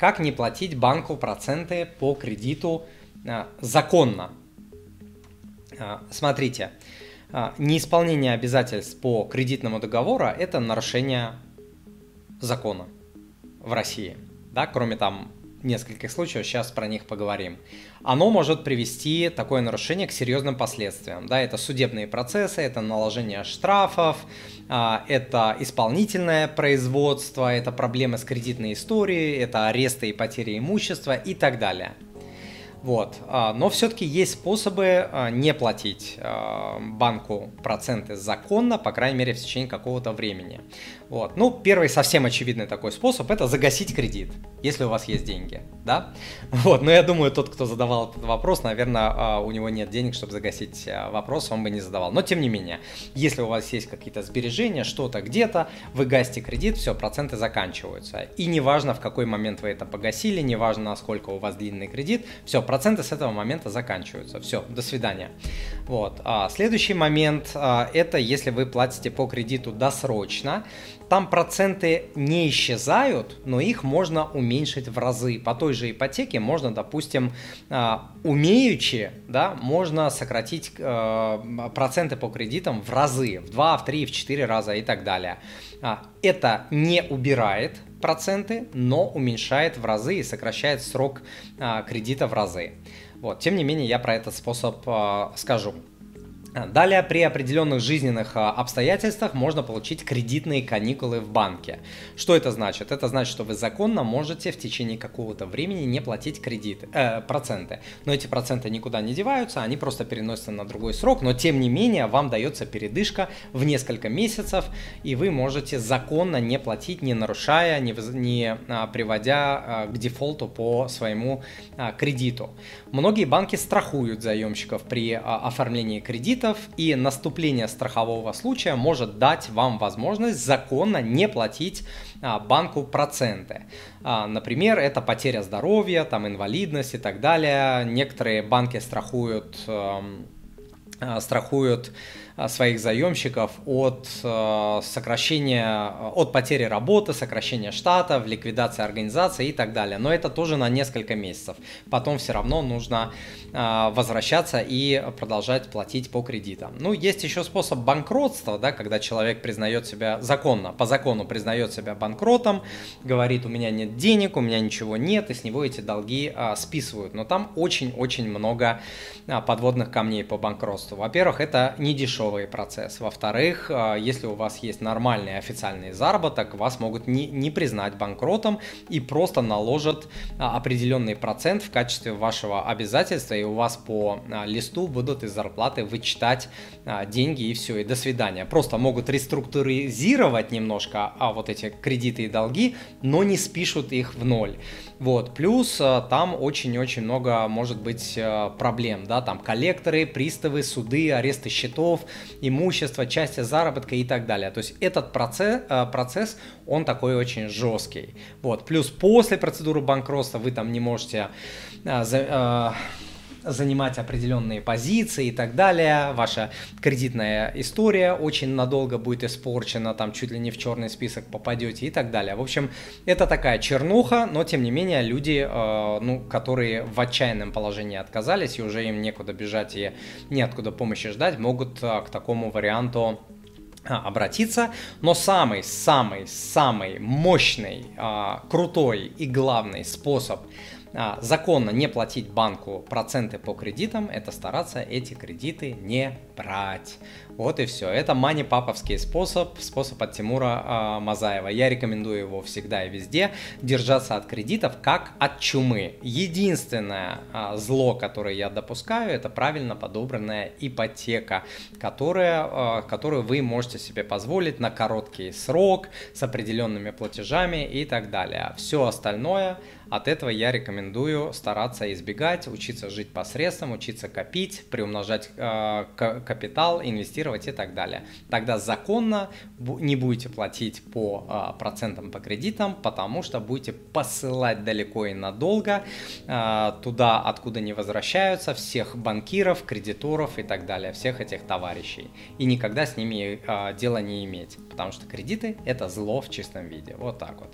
Как не платить банку проценты по кредиту законно? Смотрите, неисполнение обязательств по кредитному договору – это нарушение закона в России. Да, кроме там нескольких случаев, сейчас про них поговорим. Оно может привести, такое нарушение, к серьезным последствиям. Да, это судебные процессы, это наложение штрафов, это исполнительное производство, это проблемы с кредитной историей, это аресты и потери имущества и так далее. Вот. Но все-таки есть способы не платить банку проценты законно, по крайней мере, в течение какого-то времени. Вот. Ну, первый совсем очевидный такой способ – это загасить кредит, если у вас есть деньги. Да? Вот. Но я думаю, тот, кто задавал этот вопрос, наверное, у него нет денег, чтобы загасить вопрос, он бы не задавал. Но, тем не менее, если у вас есть какие-то сбережения, что-то где-то, вы гасите кредит, все, проценты заканчиваются. И неважно, в какой момент вы это погасили, неважно, насколько у вас длинный кредит, все, проценты с этого момента заканчиваются. Все, до свидания. Вот. Следующий момент – это если вы платите по кредиту досрочно. Там проценты не исчезают, но их можно уменьшить в разы. По той же ипотеке можно, допустим, умеючи, да, можно сократить проценты по кредитам в разы, в 2, в 3, в 4 раза и так далее. Это не убирает проценты, но уменьшает в разы и сокращает срок кредита в разы. Вот. Тем не менее, я про этот способ скажу. Далее, при определенных жизненных обстоятельствах можно получить кредитные каникулы в банке. Что это значит? Это значит, что вы законно можете в течение какого-то времени не платить проценты. Но эти проценты никуда не деваются, они просто переносятся на другой срок, но тем не менее вам дается передышка в несколько месяцев, и вы можете законно не платить, не нарушая, не приводя к дефолту по своему кредиту. Многие банки страхуют заемщиков при оформлении кредита, и наступление страхового случая может дать вам возможность законно не платить банку проценты. Например, это потеря здоровья, там, инвалидность и так далее. Некоторые банки страхуют своих заемщиков от сокращения, от потери работы, сокращения штатов, ликвидации организации и так далее. Но это тоже на несколько месяцев. Потом все равно нужно возвращаться и продолжать платить по кредитам. Ну, есть еще способ банкротства, да, когда человек признает себя по закону признает себя банкротом, говорит: у меня нет денег, у меня ничего нет, и с него эти долги списывают. Но там очень-очень много подводных камней по банкротству. Во-первых, это не дешевый процесс. Во-вторых, если у вас есть нормальный официальный заработок, вас могут не признать банкротом и просто наложат определенный процент в качестве вашего обязательства, и у вас по листу будут из зарплаты вычитать деньги, и все, и до свидания. Просто могут реструктуризировать немножко вот эти кредиты и долги, но не спишут их в ноль. Вот. Плюс там очень-очень много может быть проблем, да, там коллекторы, приставы, суды, аресты счетов, имущество, части заработка и так далее. То есть этот процесс, он такой очень жесткий. Вот. Плюс после процедуры банкротства вы там не можете занимать определенные позиции и так далее. Ваша кредитная история очень надолго будет испорчена, там чуть ли не в черный список попадете и так далее. В общем, это такая чернуха, но тем не менее люди, которые в отчаянном положении отказались и уже им некуда бежать и неоткуда помощи ждать, могут к такому варианту обратиться. Но самый мощный, крутой и главный способ законно не платить банку проценты по кредитам – это стараться эти кредиты не брать. Вот и все. Это мани-паповский способ от Тимура Мазаева. Я рекомендую его всегда и везде. Держаться от кредитов как от чумы. Единственное зло, которое я допускаю, это правильно подобранная ипотека, которую вы можете себе позволить на короткий срок с определенными платежами и так далее. Все остальное от этого я рекомендую стараться избегать, учиться жить по средствам, учиться копить, приумножать капитал, инвестировать и так далее. Тогда законно не будете платить по процентам по кредитам, потому что будете посылать далеко и надолго туда, откуда не возвращаются, всех банкиров, кредиторов и так далее, всех этих товарищей. И никогда с ними дела не иметь, потому что кредиты – это зло в чистом виде. Вот так вот.